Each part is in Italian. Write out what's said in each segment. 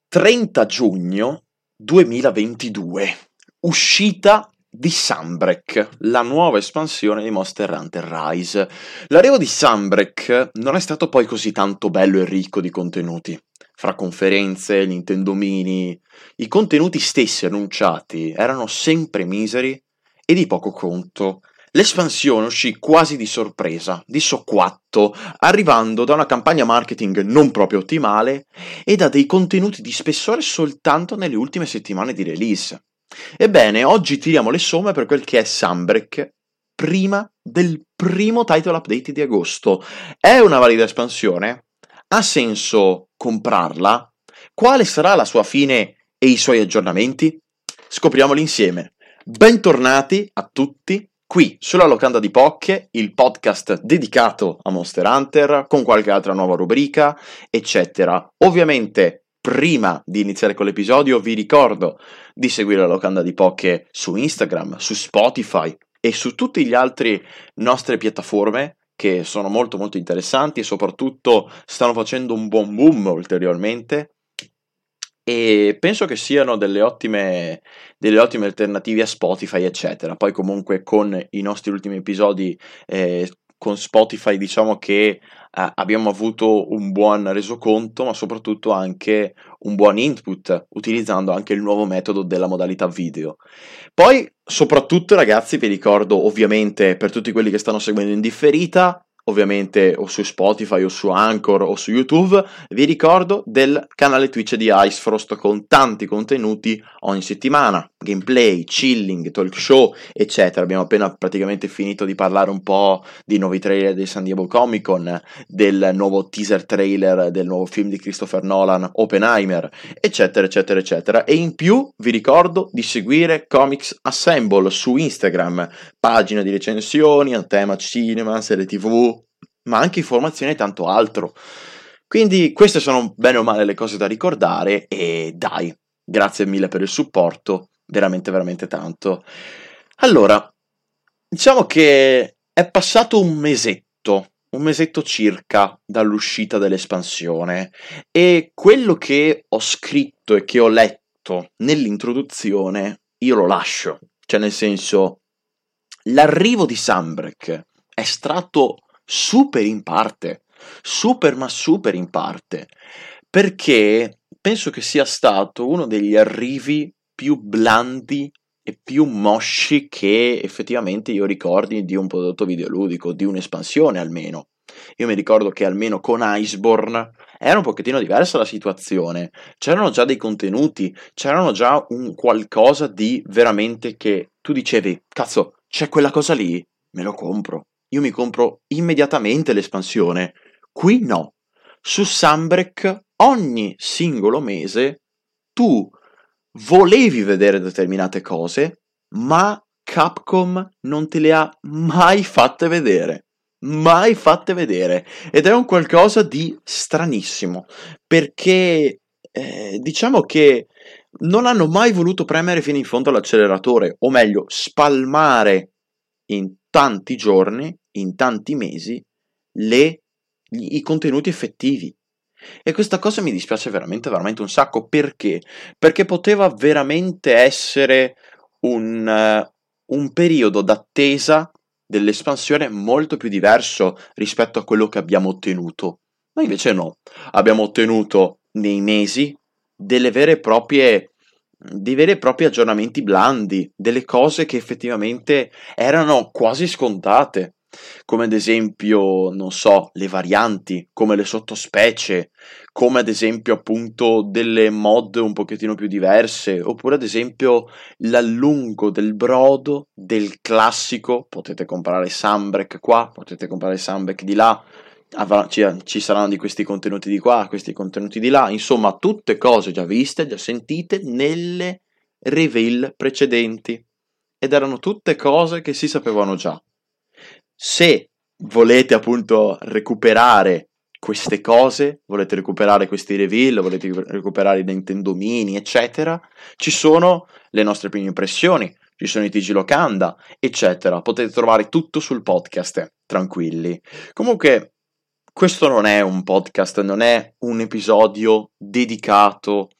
30 giugno 2022, uscita di Sunbreak, la nuova espansione di Monster Hunter Rise. L'arrivo di Sunbreak non è stato poi così tanto bello e ricco di contenuti. Fra conferenze, Nintendo Mini, i contenuti stessi annunciati erano sempre miseri e di poco conto. L'espansione uscì quasi di sorpresa, di soppiatto, arrivando da una campagna marketing non proprio ottimale e da dei contenuti di spessore soltanto nelle ultime settimane di release. Ebbene, oggi tiriamo le somme per quel che è Sunbreak prima del primo title update di agosto. È una valida espansione? Ha senso comprarla? Quale sarà la sua fine e i suoi aggiornamenti? Scopriamoli insieme. Bentornati a tutti qui sulla Locanda di Pocche, il podcast dedicato a Monster Hunter con qualche altra nuova rubrica, eccetera. Ovviamente, prima di iniziare con l'episodio, vi ricordo di seguire la Locanda di Pocche su Instagram, su Spotify e su tutte le altre nostre piattaforme che sono molto molto interessanti e soprattutto stanno facendo un buon boom ulteriormente. E penso che siano delle ottime alternative a Spotify, eccetera. Poi comunque con i nostri ultimi episodi con Spotify diciamo che abbiamo avuto un buon resoconto, ma soprattutto anche un buon input, utilizzando anche il nuovo metodo della modalità video. Poi, soprattutto ragazzi, vi ricordo ovviamente per tutti quelli che stanno seguendo in differita, ovviamente o su Spotify o su Anchor o su YouTube, vi ricordo del canale Twitch di Icefrost con tanti contenuti ogni settimana, gameplay, chilling, talk show, eccetera. Abbiamo appena praticamente finito di parlare un po' di nuovi trailer del San Diego Comic Con, del nuovo teaser trailer del nuovo film di Christopher Nolan, Oppenheimer, eccetera, eccetera, eccetera. E in più vi ricordo di seguire Comics Assemble su Instagram, pagina di recensioni a tema cinema, serie TV, ma anche informazioni e tanto altro. Quindi queste sono bene o male le cose da ricordare e dai, grazie mille per il supporto, veramente veramente tanto. Allora, diciamo che è passato un mesetto circa dall'uscita dell'espansione e quello che ho scritto e che ho letto nell'introduzione io lo lascio, cioè nel senso l'arrivo di Sunbreak è stato super in parte, super ma super in parte, perché penso che sia stato uno degli arrivi più blandi e più mosci che effettivamente io ricordi di un prodotto videoludico, di un'espansione almeno. Io mi ricordo che almeno con Iceborne era un pochettino diversa la situazione, c'erano già dei contenuti, c'erano già un qualcosa di veramente che tu dicevi, cazzo, c'è quella cosa lì, me lo compro. Io mi compro immediatamente l'espansione. Qui no. Su Sunbreak ogni singolo mese tu volevi vedere determinate cose, ma Capcom non te le ha mai fatte vedere. Mai fatte vedere. Ed è un qualcosa di stranissimo. Perché diciamo che non hanno mai voluto premere fino in fondo l'acceleratore, o meglio, spalmare in tanti giorni, in tanti mesi, i contenuti effettivi. E questa cosa mi dispiace veramente, veramente un sacco. Perché? Perché poteva veramente essere un periodo d'attesa dell'espansione molto più diverso rispetto a quello che abbiamo ottenuto. Ma invece no, abbiamo ottenuto nei mesi delle vere e proprie dei veri e propri aggiornamenti blandi, delle cose che effettivamente erano quasi scontate, come ad esempio, non so, le varianti, come le sottospecie, come ad esempio appunto delle mod un pochettino più diverse, oppure ad esempio l'allungo del brodo del classico, potete comprare Sunbreak qua, potete comprare Sunbreak di là, ci saranno di questi contenuti di qua, questi contenuti di là, insomma tutte cose già viste, già sentite nelle reveal precedenti ed erano tutte cose che si sapevano già. Se volete appunto recuperare queste cose, volete recuperare questi reveal, volete recuperare i Nintendo Mini, eccetera, ci sono le nostre prime impressioni, ci sono i TG Locanda, eccetera. Potete trovare tutto sul podcast, tranquilli. Comunque, questo non è un podcast, non è un episodio dedicato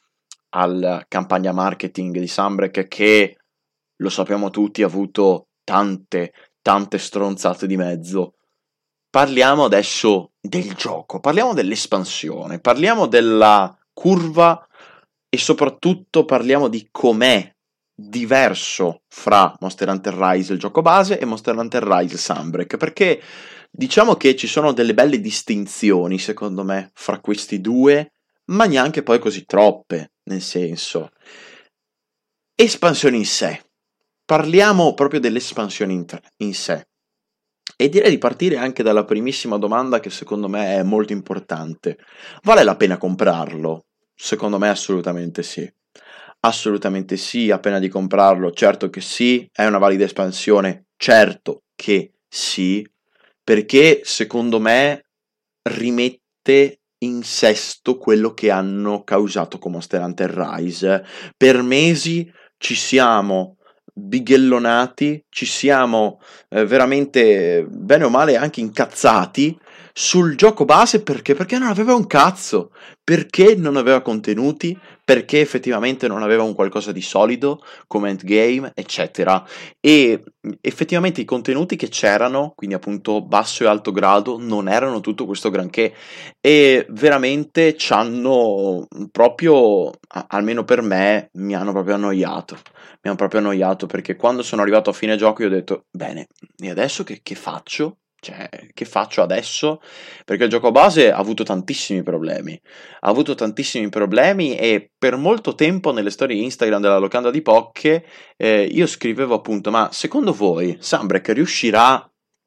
alla campagna marketing di Sunbreak, che lo sappiamo tutti ha avuto tante stronzate di mezzo. Parliamo adesso del gioco, parliamo dell'espansione, parliamo della curva e soprattutto parliamo di com'è diverso fra Monster Hunter Rise il gioco base e Monster Hunter Rise Sunbreak, perché diciamo che ci sono delle belle distinzioni secondo me fra questi due, ma neanche poi così troppe, nel senso, espansione in sé. Parliamo proprio dell'espansione in sé. E direi di partire anche dalla primissima domanda, che secondo me è molto importante. Vale la pena comprarlo? Secondo me assolutamente sì. Assolutamente sì, appena di comprarlo, certo che sì. È una valida espansione? Certo che sì, perché secondo me rimette in sesto quello che hanno causato con Monster Hunter Rise. Per mesi ci siamo bighellonati, ci siamo veramente bene o male anche incazzati sul gioco base, perché non aveva un cazzo, perché non aveva contenuti, perché effettivamente non aveva un qualcosa di solido come endgame, eccetera. E effettivamente i contenuti che c'erano, quindi appunto basso e alto grado, non erano tutto questo granché, e veramente ci hanno proprio, almeno per me, mi hanno proprio annoiato. Mi hanno proprio annoiato, perché quando sono arrivato a fine gioco io ho detto, bene, e adesso che faccio? Cioè, che faccio adesso? Perché il gioco base ha avuto tantissimi problemi. Ha avuto tantissimi problemi e per molto tempo nelle storie Instagram della locanda di Pocche io scrivevo appunto, ma secondo voi Sunbreak riuscirà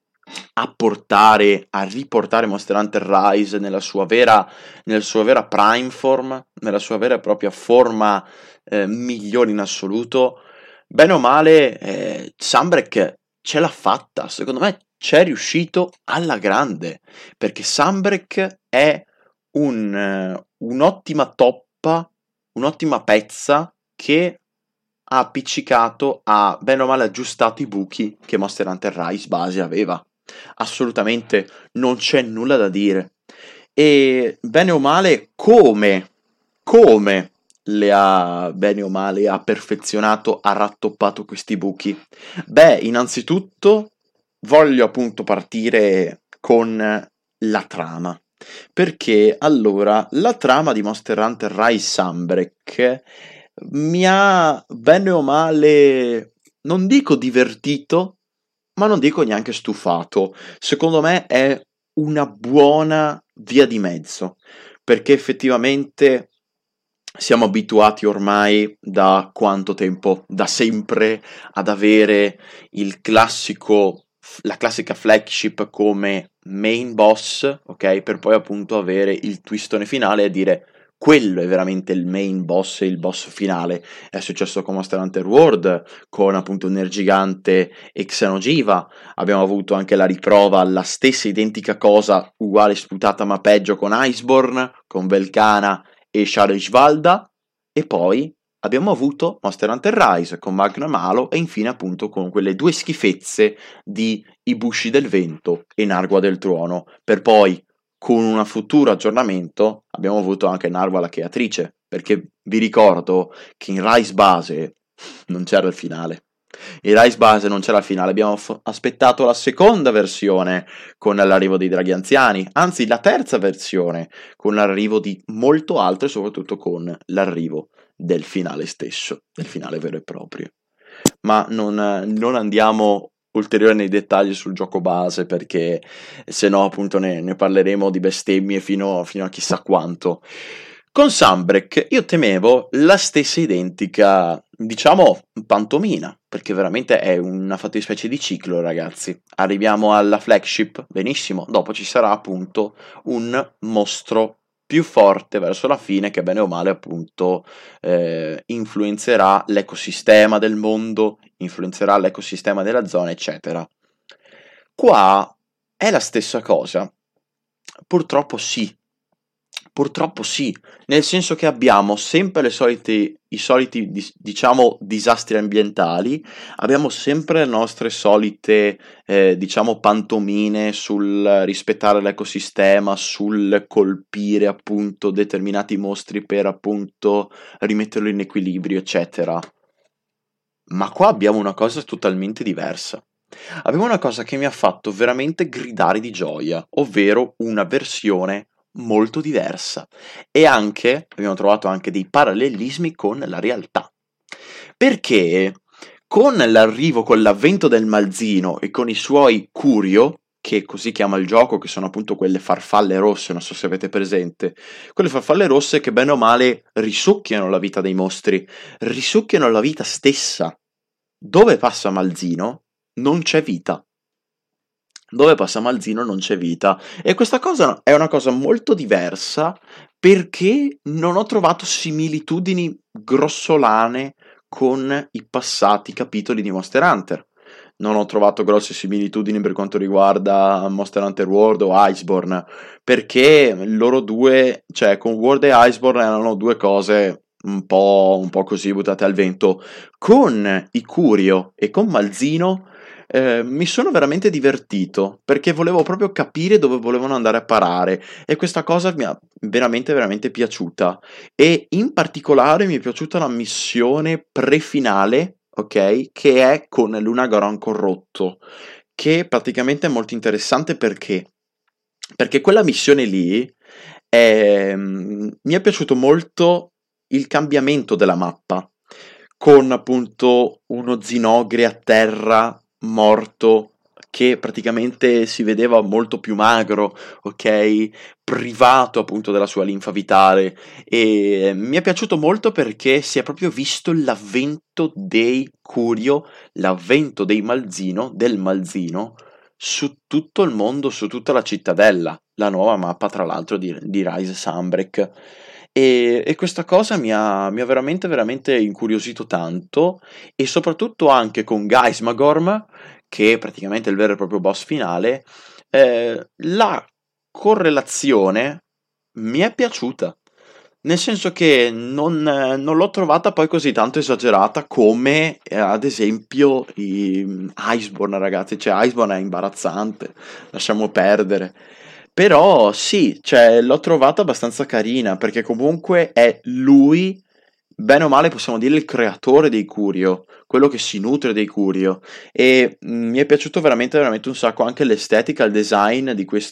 a riportare Monster Hunter Rise nella sua vera prime form, nella sua vera e propria forma migliore in assoluto? Bene o male, Sunbreak ce l'ha fatta, secondo me c'è riuscito alla grande, perché Sunbreak è un'ottima toppa, un'ottima pezza che ha appiccicato, ha bene o male aggiustato i buchi che Monster Hunter Rise base aveva. Assolutamente non c'è nulla da dire. E bene o male, come le ha bene o male ha perfezionato, ha rattoppato questi buchi? Beh, innanzitutto voglio appunto partire con la trama. Perché allora la trama di Monster Hunter Rise Sunbreak mi ha bene o male, non dico divertito, ma non dico neanche stufato. Secondo me è una buona via di mezzo, perché effettivamente siamo abituati ormai da quanto tempo? Da sempre ad avere la classica flagship come main boss, ok? Per poi appunto avere il twistone finale e dire quello è veramente il main boss e il boss finale. È successo con Monster Hunter World, con appunto Nergigante e Xenogiva. Abbiamo avuto anche la riprova, la stessa identica cosa, uguale sputata ma peggio con Iceborne, con Velcana e Sharishvalda, e poi abbiamo avuto Monster Hunter Rise con Magna Malo e infine appunto con quelle due schifezze di Ibushi del Vento e Nargua del Tuono, per poi con un futuro aggiornamento abbiamo avuto anche Narva la Creatrice, perché vi ricordo che in Rise base non c'era il finale. In Rise base non c'era il finale, abbiamo aspettato la seconda versione con l'arrivo dei draghi anziani, anzi la terza versione con l'arrivo di molto altro e soprattutto con l'arrivo del finale stesso, del finale vero e proprio. Ma non andiamo ulteriori nei dettagli sul gioco base, perché se no appunto ne parleremo di bestemmie fino a chissà quanto. Con Sunbreak io temevo la stessa identica, diciamo, pantomina, perché veramente è una fattispecie di ciclo, ragazzi. Arriviamo alla flagship, benissimo, dopo ci sarà appunto un mostro più forte verso la fine che bene o male appunto influenzerà l'ecosistema del mondo, influenzerà l'ecosistema della zona, eccetera. Qua è la stessa cosa. Purtroppo sì, Purtroppo sì, nel senso che abbiamo sempre i soliti diciamo disastri ambientali, abbiamo sempre le nostre solite diciamo pantomime sul rispettare l'ecosistema, sul colpire appunto determinati mostri per appunto rimetterlo in equilibrio, eccetera. Ma qua abbiamo una cosa totalmente diversa. Abbiamo una cosa che mi ha fatto veramente gridare di gioia, ovvero una versione molto diversa. E anche, abbiamo trovato anche dei parallelismi con la realtà. Perché con l'arrivo, con l'avvento del Malzino e con i suoi Curio, che così chiama il gioco, che sono appunto quelle farfalle rosse, non so se avete presente, quelle farfalle rosse che bene o male risucchiano la vita dei mostri, risucchiano la vita stessa. Dove passa Malzino non c'è vita. Dove passa Malzino non c'è vita. E questa cosa è una cosa molto diversa perché non ho trovato similitudini grossolane con i passati capitoli di Monster Hunter. Non ho trovato grosse similitudini per quanto riguarda Monster Hunter World o Iceborne, perché loro due, cioè con World e Iceborne erano due cose un po' così buttate al vento. Con Icurio e con Malzino mi sono veramente divertito perché volevo proprio capire dove volevano andare a parare e questa cosa mi ha veramente veramente piaciuta e in particolare mi è piaciuta la missione pre-finale, ok, che è con Lunagoran corrotto, che praticamente è molto interessante perché quella missione lì mi è piaciuto molto il cambiamento della mappa con appunto uno Zinogre a terra morto che praticamente si vedeva molto più magro, ok? Privato appunto della sua linfa vitale e mi è piaciuto molto perché si è proprio visto l'avvento dei Curio, l'avvento del Malzino su tutto il mondo, su tutta la cittadella, la nuova mappa tra l'altro di Rise Sunbreak. E questa cosa mi ha veramente, veramente incuriosito tanto e soprattutto anche con Geismagorm, che è praticamente il vero e proprio boss finale, la correlazione mi è piaciuta. Nel senso che non l'ho trovata poi così tanto esagerata come ad esempio Iceborne, ragazzi. Cioè, Iceborne è imbarazzante, lasciamo perdere. Però sì, cioè, l'ho trovata abbastanza carina perché comunque è lui, bene o male possiamo dire il creatore dei Curio, quello che si nutre dei Curio e mi è piaciuto veramente veramente un sacco anche l'estetica, il design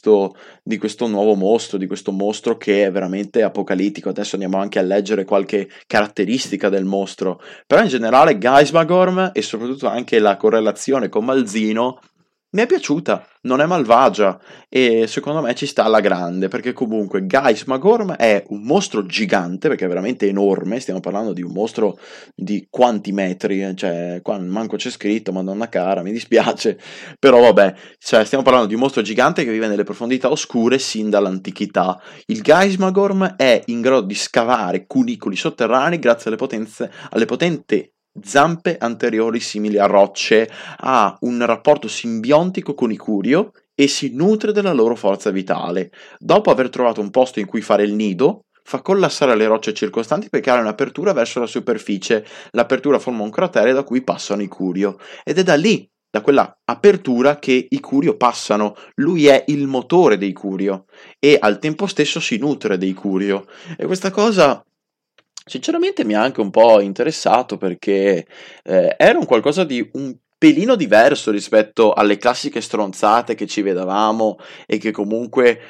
di questo nuovo mostro, di questo mostro che è veramente apocalittico. Adesso andiamo anche a leggere qualche caratteristica del mostro, però in generale Geismagorm e soprattutto anche la correlazione con Malzino mi è piaciuta, non è malvagia e secondo me ci sta alla grande perché comunque Geismagorm è un mostro gigante perché è veramente enorme, stiamo parlando di un mostro di quanti metri, cioè qua manco c'è scritto, madonna cara, mi dispiace, però vabbè, cioè, stiamo parlando di un mostro gigante che vive nelle profondità oscure sin dall'antichità. Il Geismagorm è in grado di scavare cunicoli sotterranei grazie alle potenti zampe anteriori simili a rocce, ha un rapporto simbiontico con i Curio e si nutre della loro forza vitale. Dopo aver trovato un posto in cui fare il nido, fa collassare le rocce circostanti per creare un'apertura verso la superficie. L'apertura forma un cratere da cui passano i Curio ed è da lì, da quella apertura, che i Curio passano. Lui è il motore dei Curio e al tempo stesso si nutre dei Curio e questa cosa sinceramente mi ha anche un po' interessato perché era un qualcosa di un pelino diverso rispetto alle classiche stronzate che ci vedevamo e che comunque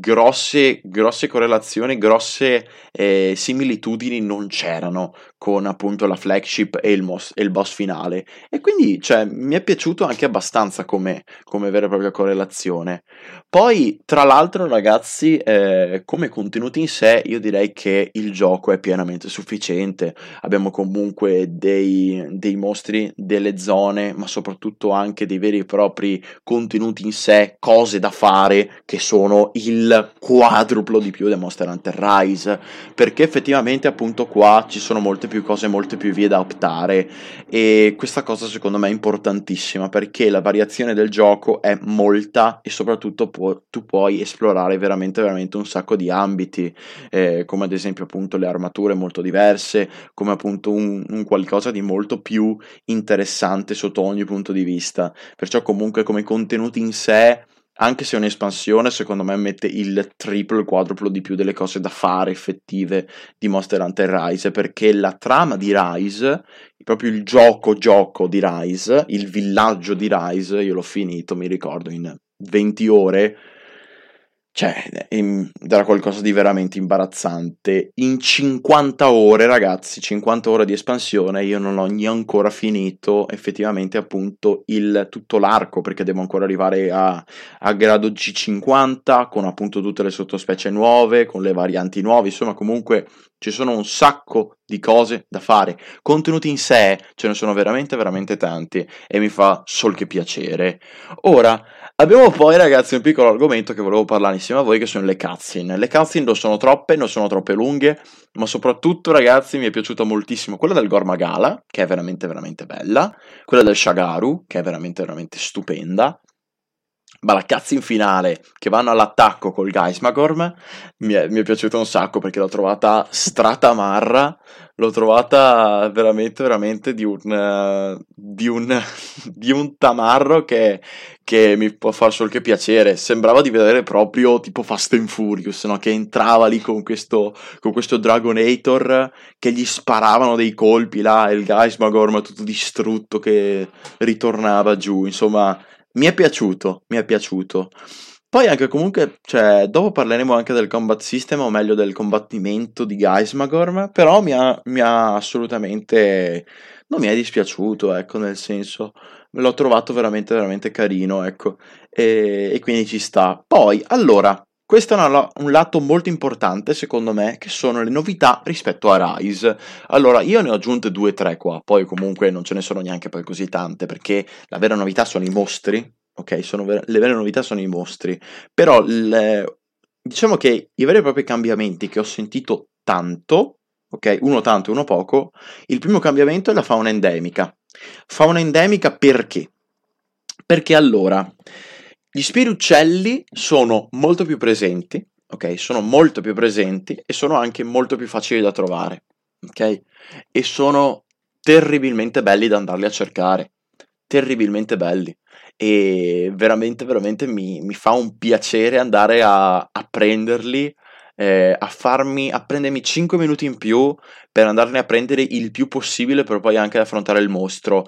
grosse correlazioni, grosse similitudini non c'erano con appunto la flagship e e il boss finale. E quindi cioè, mi è piaciuto anche abbastanza come vera e propria correlazione. Poi, tra l'altro, ragazzi, come contenuti in sé, io direi che il gioco è pienamente sufficiente. Abbiamo comunque dei mostri, delle zone, ma soprattutto anche dei veri e propri contenuti in sé, cose da fare, che sono il quadruplo di più del Monster Hunter Rise. Perché effettivamente, appunto, qua ci sono molte più cose, molte più vie da optare, e questa cosa secondo me è importantissima perché la variazione del gioco è molta e soprattutto tu puoi esplorare veramente veramente un sacco di ambiti, come ad esempio appunto le armature molto diverse, come appunto un qualcosa di molto più interessante sotto ogni punto di vista. Perciò comunque come contenuti in sé, anche se è un'espansione, secondo me mette il triplo, il quadruplo di più delle cose da fare effettive di Monster Hunter Rise, perché la trama di Rise, proprio il gioco di Rise, il villaggio di Rise, io l'ho finito, mi ricordo, in 20 ore, cioè, era qualcosa di veramente imbarazzante. In 50 ore, ragazzi, 50 ore di espansione, io non ho ancora finito effettivamente appunto tutto l'arco, perché devo ancora arrivare a grado G50, con appunto tutte le sottospecie nuove, con le varianti nuove, insomma comunque ci sono un sacco di cose da fare. Contenuti in sé ce ne sono veramente veramente tanti e mi fa sol che piacere. Ora, abbiamo poi, ragazzi, un piccolo argomento che volevo parlare insieme a voi, che sono le cutscene. Le cutscene non sono troppe, non sono troppe lunghe, ma soprattutto, ragazzi, mi è piaciuta moltissimo quella del Gormagala, che è veramente veramente bella, quella del Shagaru, che è veramente veramente stupenda, ma la cutscene finale, che vanno all'attacco col Geismagorm, mi è piaciuta un sacco, perché l'ho trovata stratamarra, l'ho trovata veramente veramente di un tamarro che mi può far solo che piacere. Sembrava di vedere proprio tipo Fast and Furious, no? Che entrava lì con questo Dragonator che gli sparavano dei colpi là, e il Geismagorm tutto distrutto che ritornava giù. Insomma, mi è piaciuto, mi è piaciuto. Poi anche comunque, cioè, dopo parleremo anche del combat system, o meglio del combattimento di Geismagorm, però mi ha assolutamente, non mi è dispiaciuto, ecco, nel senso, me l'ho trovato veramente, veramente carino, ecco, e quindi ci sta. Poi, allora, questo è un lato molto importante, secondo me, che sono le novità rispetto a Rise. Allora, io ne ho aggiunte 2 o 3 qua, poi comunque non ce ne sono neanche poi così tante, perché la vera novità sono i mostri, ok? Le vere novità sono i mostri, però diciamo che i veri e propri cambiamenti che ho sentito tanto, ok? Uno tanto e uno poco, il primo cambiamento è la fauna endemica. Fauna endemica perché? Perché allora, gli spiriccelli sono molto più presenti, ok? Sono molto più presenti e sono anche molto più facili da trovare, ok? E sono terribilmente belli da andarli a cercare, terribilmente belli. E veramente, veramente mi fa un piacere andare a prenderli, a prendermi 5 minuti in più per andarne a prendere il più possibile per poi anche affrontare il mostro.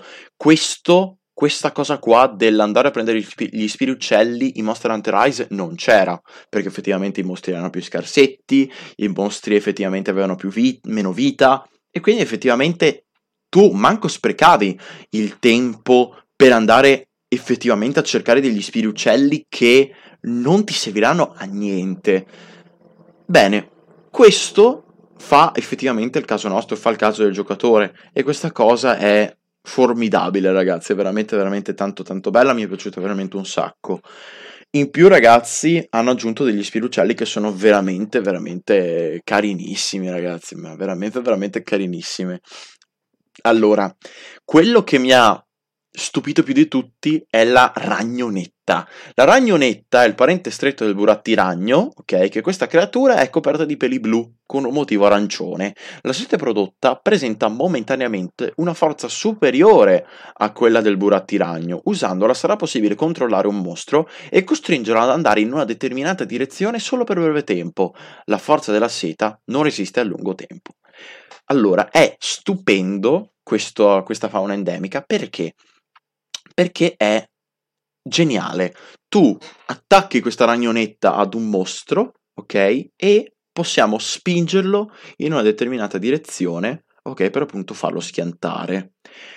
Questa cosa qua dell'andare a prendere gli spiriccelli in Monster Hunter Rise non c'era, perché effettivamente i mostri erano più scarsetti, i mostri effettivamente avevano meno vita, e quindi effettivamente tu manco sprecavi il tempo per andare effettivamente a cercare degli spiriccelli che non ti serviranno a niente. Bene, questo fa effettivamente il caso nostro, fa il caso del giocatore, e questa cosa è formidabile, ragazzi, è veramente veramente tanto tanto bella, mi è piaciuta veramente un sacco. In più, ragazzi, hanno aggiunto degli spiruccelli che sono veramente veramente carinissimi, ragazzi, ma veramente veramente carinissimi. Allora, quello che mi ha stupito più di tutti è la ragnonetta. La ragnonetta è il parente stretto del burattiragno, ok? Che questa creatura è coperta di peli blu con un motivo arancione. La sete prodotta presenta momentaneamente una forza superiore a quella del burattiragno. Usandola sarà possibile controllare un mostro e costringerlo ad andare in una determinata direzione solo per breve tempo. La forza della seta non resiste a lungo tempo. Allora, è stupendo questa fauna endemica perché? Perché è geniale. Tu attacchi questa ragnonetta ad un mostro, ok? E possiamo spingerlo in una determinata direzione, ok? Per appunto farlo schiantare.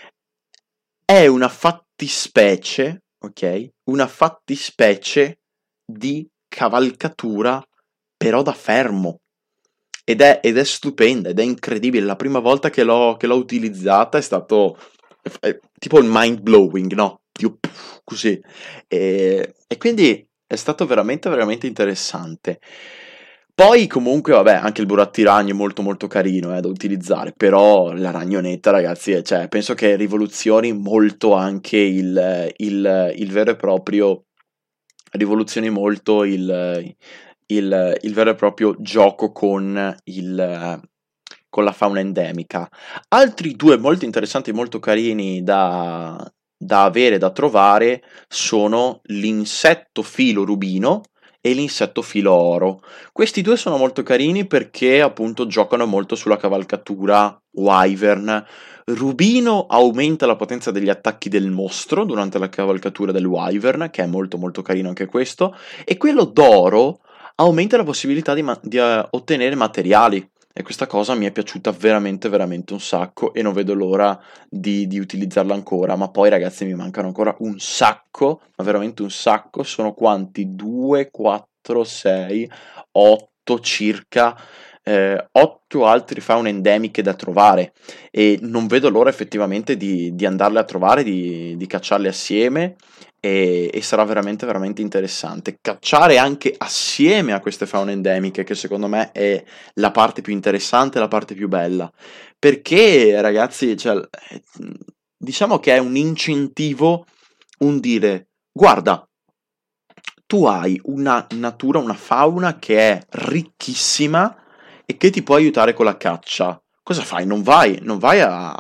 È una fattispecie, ok? Una fattispecie di cavalcatura, però da fermo. Ed è stupenda, ed è incredibile. La prima volta che l'ho utilizzata è stato tipo il mind blowing, no? Tipo, così. E quindi è stato veramente, veramente interessante. Poi comunque, vabbè, anche il burattiragno è molto molto carino da utilizzare, però la ragnonetta, ragazzi, cioè, penso che rivoluzioni molto anche il vero e proprio, rivoluzioni molto il vero e proprio gioco con la fauna endemica. Altri due molto interessanti e molto carini da avere, da trovare, sono l'insetto filo rubino e l'insetto filo oro. Questi due sono molto carini perché appunto giocano molto sulla cavalcatura Wyvern. Rubino aumenta la potenza degli attacchi del mostro durante la cavalcatura del Wyvern, che è molto molto carino anche questo, e quello d'oro aumenta la possibilità di ottenere materiali. E questa cosa mi è piaciuta veramente, veramente un sacco e non vedo l'ora di utilizzarla ancora. Ma poi, ragazzi, mi mancano ancora un sacco, ma veramente un sacco. Sono quanti? 2, 4, 6, 8 circa. 8 altri faune endemiche da trovare e non vedo l'ora effettivamente di andarle a trovare, di cacciarle assieme e sarà veramente veramente interessante cacciare anche assieme a queste faune endemiche, che secondo me è la parte più interessante, la parte più bella, perché ragazzi, cioè, diciamo che è un incentivo, un dire, guarda, tu hai una natura, una fauna che è ricchissima e che ti può aiutare con la caccia. Cosa fai? Non vai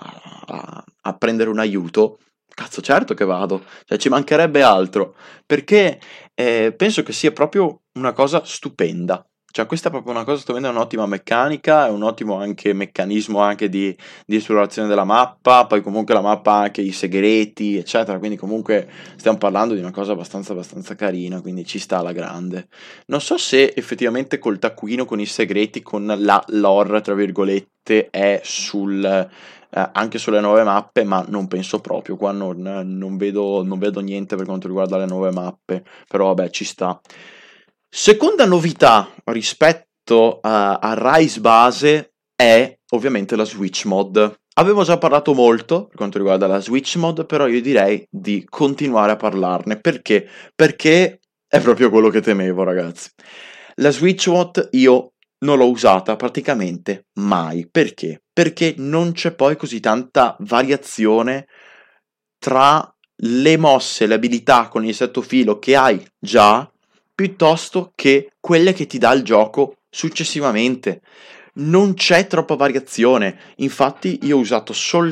a prendere un aiuto? Cazzo, certo che vado, cioè ci mancherebbe altro, perché penso che sia proprio una cosa stupenda. Cioè, questa è proprio una cosa stupenda, è un'ottima meccanica, è un ottimo anche meccanismo anche di esplorazione della mappa, poi comunque la mappa ha anche i segreti, eccetera, quindi comunque stiamo parlando di una cosa abbastanza carina, quindi ci sta alla grande. Non so se effettivamente col taccuino con i segreti, con la lore, tra virgolette, è anche sulle nuove mappe, ma non penso proprio. Qua non vedo niente per quanto riguarda le nuove mappe, però vabbè, ci sta. Seconda novità rispetto a Rise base è ovviamente la Switch mod. Avevo già parlato molto per quanto riguarda la Switch mod, però io direi di continuare a parlarne. Perché? Perché è proprio quello che temevo, ragazzi. La Switch mod io non l'ho usata praticamente mai. Perché? Perché non c'è poi così tanta variazione tra le mosse, le abilità con l'insetto filo che hai già, piuttosto che quelle che ti dà il gioco successivamente. Non c'è troppa variazione. Infatti, io ho usato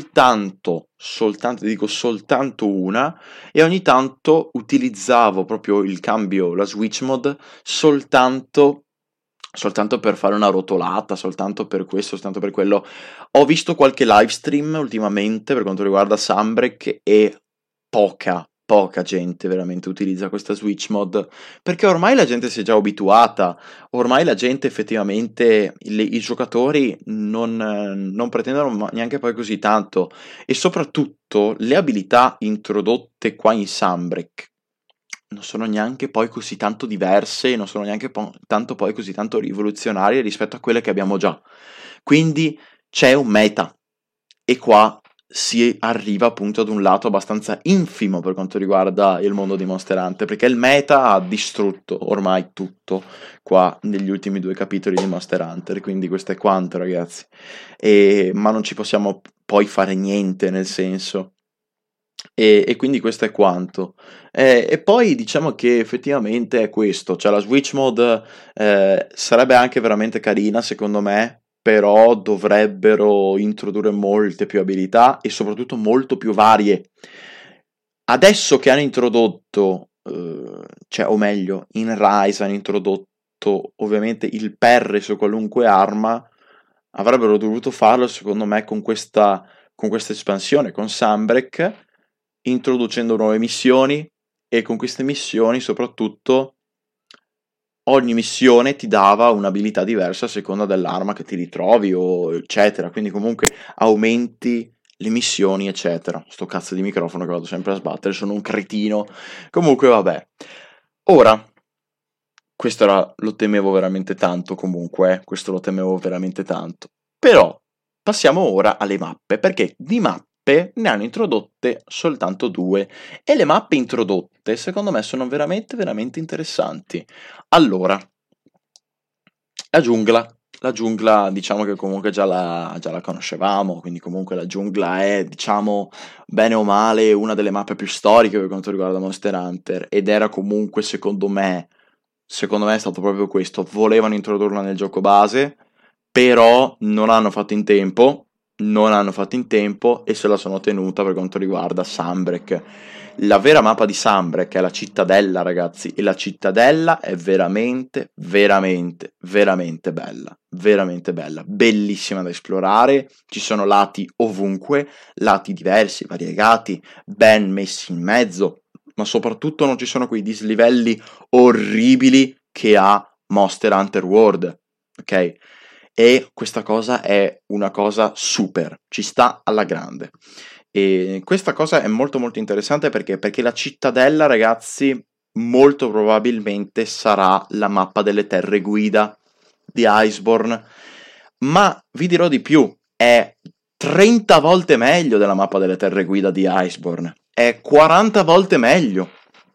dico soltanto una, e ogni tanto utilizzavo proprio il cambio, la switch mod, soltanto per fare una rotolata, soltanto per questo, soltanto per quello. Ho visto qualche live stream ultimamente per quanto riguarda Sunbreak e poca gente veramente utilizza questa Switch mod, perché ormai la gente si è già abituata, ormai la gente effettivamente, i giocatori non pretendono neanche poi così tanto, e soprattutto le abilità introdotte qua in Sunbreak non sono neanche poi così tanto diverse, non sono neanche tanto poi così tanto rivoluzionarie rispetto a quelle che abbiamo già. Quindi c'è un meta e qua si arriva appunto ad un lato abbastanza infimo per quanto riguarda il mondo di Monster Hunter, perché il meta ha distrutto ormai tutto qua negli ultimi 2 capitoli di Monster Hunter, quindi questo è quanto, ragazzi. Ma non ci possiamo poi fare niente, nel senso. E quindi questo è quanto. E poi diciamo che effettivamente è questo, cioè la Switch Mode sarebbe anche veramente carina secondo me, però dovrebbero introdurre molte più abilità e soprattutto molto più varie. Adesso che hanno introdotto, cioè o meglio, in Rise hanno introdotto ovviamente il parry su qualunque arma, avrebbero dovuto farlo secondo me con questa espansione, con Sunbreak, introducendo nuove missioni, e con queste missioni soprattutto ogni missione ti dava un'abilità diversa a seconda dell'arma che ti ritrovi o eccetera, quindi comunque aumenti le missioni eccetera. Sto cazzo di microfono che vado sempre a sbattere, sono un cretino. Comunque vabbè. Ora, lo temevo veramente tanto comunque, questo lo temevo veramente tanto. Però passiamo ora alle mappe, perché di mappe ne hanno introdotte soltanto 2 e le mappe introdotte secondo me sono veramente veramente interessanti. Allora, La giungla diciamo che comunque già la conoscevamo, quindi comunque la giungla è, diciamo, bene o male, una delle mappe più storiche per quanto riguarda Monster Hunter, ed era comunque, secondo me è stato proprio questo, volevano introdurla nel gioco base, però non hanno fatto in tempo e se la sono tenuta per quanto riguarda Sunbreak. La vera mappa di Sunbreak è la cittadella, ragazzi, e la cittadella è veramente, veramente, veramente bella, bellissima da esplorare, ci sono lati ovunque, lati diversi, variegati, ben messi in mezzo, ma soprattutto non ci sono quei dislivelli orribili che ha Monster Hunter World, ok? E questa cosa è una cosa super, ci sta alla grande. E questa cosa è molto molto interessante perché la cittadella, ragazzi, molto probabilmente sarà la mappa delle terre guida di Iceborne, ma vi dirò di più, è 30 volte meglio della mappa delle terre guida di Iceborne, è 40 volte meglio,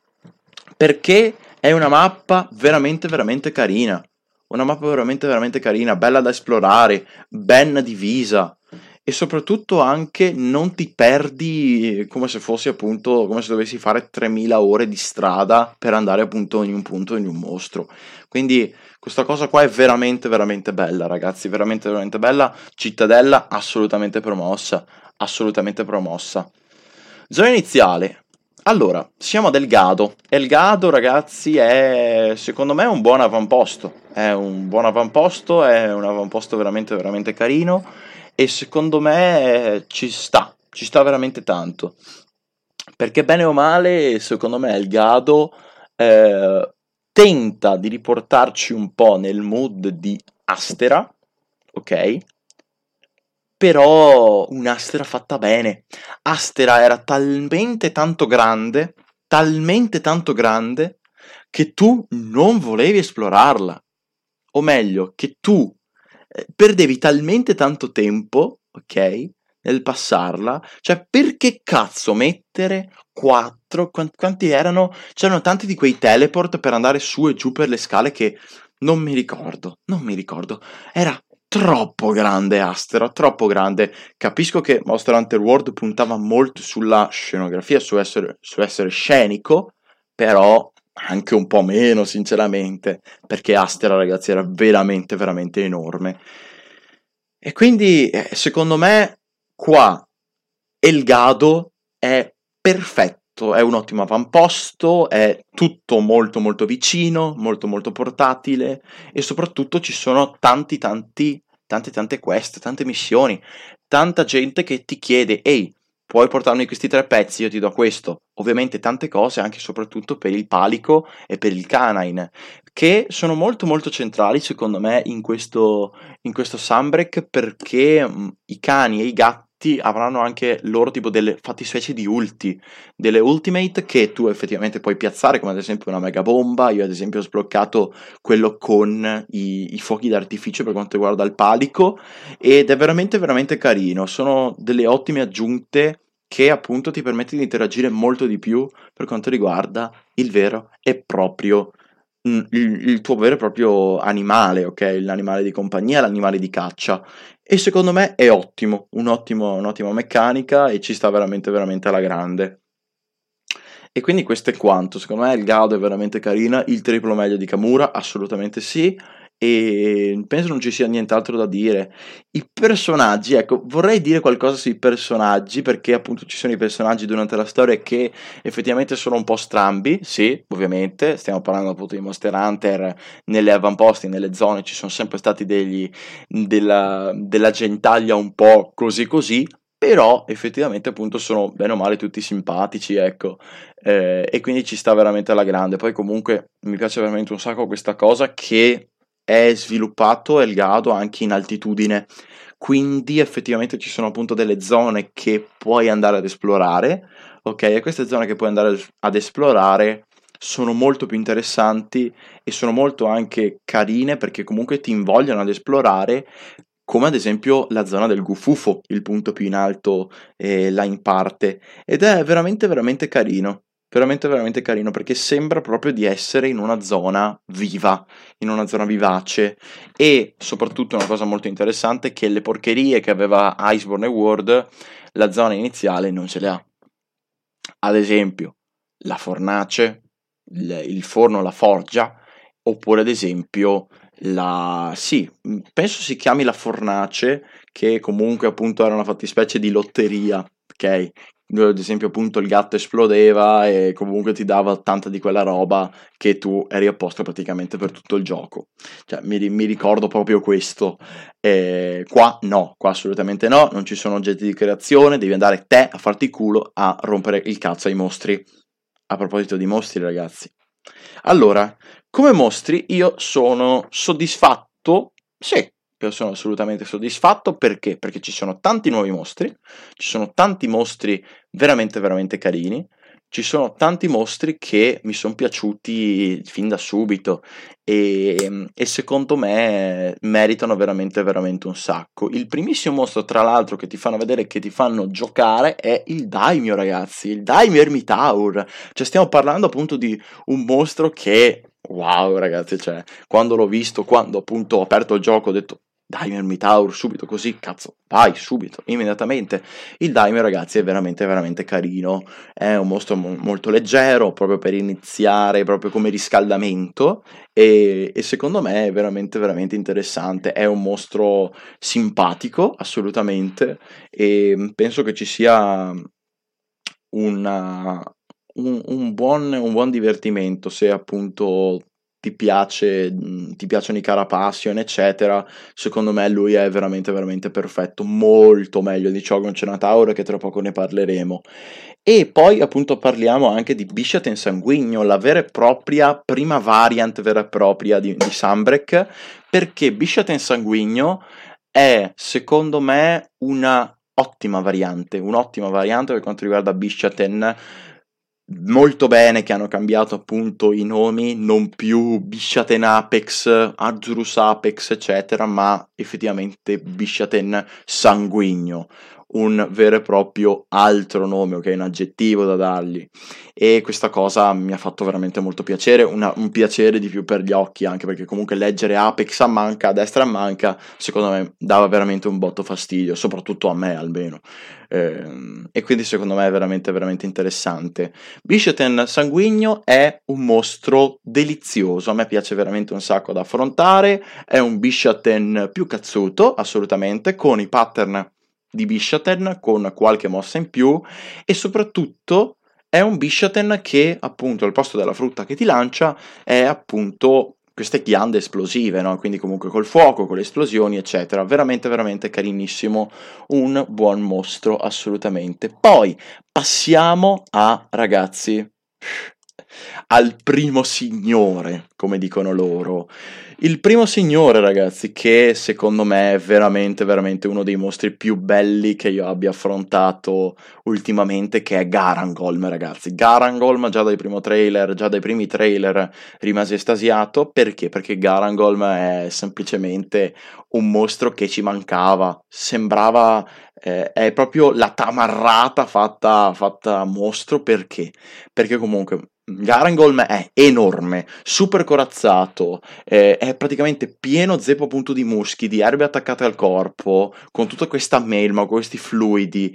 perché è una mappa veramente veramente carina. Una mappa veramente veramente carina, bella da esplorare, ben divisa e soprattutto anche non ti perdi come se fossi appunto, come se dovessi fare 3000 ore di strada per andare appunto in un punto in un mostro. Quindi questa cosa qua è veramente veramente bella, ragazzi, veramente veramente bella. Cittadella assolutamente promossa, assolutamente promossa. Zona iniziale. Allora, siamo ad Elgado. Elgado, ragazzi, è secondo me un buon avamposto. È un buon avamposto, è un avamposto veramente, veramente carino. E secondo me ci sta veramente tanto. Perché bene o male, secondo me Elgado eh, tenta di riportarci un po' nel mood di Astera, ok? Però un'Astera fatta bene. Astera era talmente tanto grande, che tu non volevi esplorarla. O meglio, che tu perdevi talmente tanto tempo, ok, nel passarla, cioè perché cazzo mettere 4, quanti erano? C'erano tanti di quei teleport per andare su e giù per le scale che non mi ricordo, era troppo grande Astera, troppo grande. Capisco che Monster Hunter World puntava molto sulla scenografia, su essere scenico, però anche un po' meno, sinceramente, perché Astera, ragazzi, era veramente, veramente enorme. E quindi, secondo me, qua Elgado è perfetto, è un ottimo avamposto, è tutto molto, molto vicino, molto, molto portatile e soprattutto ci sono tante quest, tante missioni, tanta gente che ti chiede, ehi, puoi portarmi questi 3 pezzi, io ti do questo. Ovviamente tante cose anche e soprattutto per il Palico e per il Canine, che sono molto molto centrali secondo me in questo Sunbreak perché i cani e i gatti avranno anche loro tipo delle fattispecie di ulti, delle ultimate che tu effettivamente puoi piazzare come ad esempio una mega bomba. Io ad esempio ho sbloccato quello con i fuochi d'artificio per quanto riguarda il Palico ed è veramente veramente carino, sono delle ottime aggiunte che appunto ti permette di interagire molto di più per quanto riguarda il vero e proprio il tuo vero e proprio animale, ok? L'animale di compagnia, l'animale di caccia. E secondo me è ottimo, un'ottima meccanica e ci sta veramente veramente alla grande. E quindi questo è quanto, secondo me il Gaudo è veramente carina, il triplo meglio di Kamura, assolutamente sì, e penso non ci sia nient'altro da dire. I personaggi, ecco, vorrei dire qualcosa sui personaggi, perché appunto ci sono i personaggi durante la storia che effettivamente sono un po' strambi, sì, ovviamente, stiamo parlando appunto di Monster Hunter, nelle avamposti, nelle zone ci sono sempre stati della gentaglia un po' così così, però effettivamente appunto sono bene o male tutti simpatici, ecco. E quindi ci sta veramente alla grande. Poi comunque mi piace veramente un sacco questa cosa che è sviluppato Elgado anche in altitudine, quindi effettivamente ci sono appunto delle zone che puoi andare ad esplorare, ok? E queste zone che puoi andare ad esplorare sono molto più interessanti e sono molto anche carine perché comunque ti invogliano ad esplorare, come ad esempio la zona del Gufufo, il punto più in alto là in parte, ed è veramente veramente carino. veramente veramente carino perché sembra proprio di essere in una zona viva, in una zona vivace e soprattutto una cosa molto interessante è che le porcherie che aveva Iceborne e World la zona iniziale non ce le ha. Ad esempio, la fornace, il forno, la forgia, oppure ad esempio sì, penso si chiami la fornace, che comunque appunto era una fattispecie di lotteria, ok? Dove ad esempio appunto il gatto esplodeva e comunque ti dava tanta di quella roba che tu eri a posto praticamente per tutto il gioco. Cioè, mi ricordo proprio questo. Qua no, qua assolutamente no, non ci sono oggetti di creazione, devi andare te a farti culo a rompere il cazzo ai mostri. A proposito di mostri, ragazzi. Allora, come mostri io sono soddisfatto, sì, io sono assolutamente soddisfatto perché? Perché ci sono tanti nuovi mostri, ci sono tanti mostri veramente veramente carini, ci sono tanti mostri che mi sono piaciuti fin da subito e secondo me meritano veramente veramente un sacco. Il primissimo mostro, tra l'altro, che ti fanno vedere, che ti fanno giocare è il Daimyo, ragazzi, il Daimyo Ermitaur. Cioè stiamo parlando appunto di un mostro che, wow, ragazzi, cioè, quando l'ho visto, quando appunto ho aperto il gioco, ho detto, Daimyo Ermitaur, subito così, cazzo, vai, subito, immediatamente. Il Daimyo, ragazzi, è veramente, veramente carino, è un mostro molto leggero, proprio per iniziare, proprio come riscaldamento, e secondo me è veramente, veramente interessante, è un mostro simpatico, assolutamente, e penso che ci sia una un buon divertimento se appunto ti piacciono i Carapassion, eccetera. Secondo me lui è veramente, veramente perfetto, molto meglio di Shogun Cenatauro, che tra poco ne parleremo. E poi appunto parliamo anche di Bishaten Sanguigno, la vera e propria prima variant vera e propria di Sunbreak, perché Bishaten Sanguigno è secondo me un'ottima variante per quanto riguarda Bishaten, molto bene che hanno cambiato appunto i nomi, non più Bishaten Apex, Azurus Apex, eccetera, ma effettivamente Bishaten Sanguigno, un vero e proprio altro nome, ok, un aggettivo da dargli. E questa cosa mi ha fatto veramente molto piacere, un piacere di più per gli occhi, anche perché comunque leggere Apex a manca, a destra a manca, secondo me dava veramente un botto fastidio, soprattutto a me almeno. E quindi secondo me è veramente veramente interessante. Bishaten Sanguigno è un mostro delizioso, a me piace veramente un sacco da affrontare, è un Bishaten più cazzuto, assolutamente, con i pattern di Bishaten, con qualche mossa in più, e soprattutto è un Bishaten che, appunto, al posto della frutta che ti lancia, è appunto queste ghiande esplosive, no? Quindi comunque col fuoco, con le esplosioni, eccetera. Veramente, veramente carinissimo, un buon mostro, assolutamente. Poi passiamo ragazzi, al primo signore, come dicono loro. Il primo signore, ragazzi, che secondo me è veramente, veramente uno dei mostri più belli che io abbia affrontato ultimamente, che è Garangolm, ragazzi. Garangolm, già dai primi trailer rimasi estasiato. Perché? Perché Garangolm è semplicemente un mostro che ci mancava. Sembrava è proprio la tamarrata fatta mostro. Perché? Perché comunque Garangolm è enorme, super corazzato, è praticamente pieno zeppo appunto di muschi, di erbe attaccate al corpo, con tutta questa melma, con questi fluidi.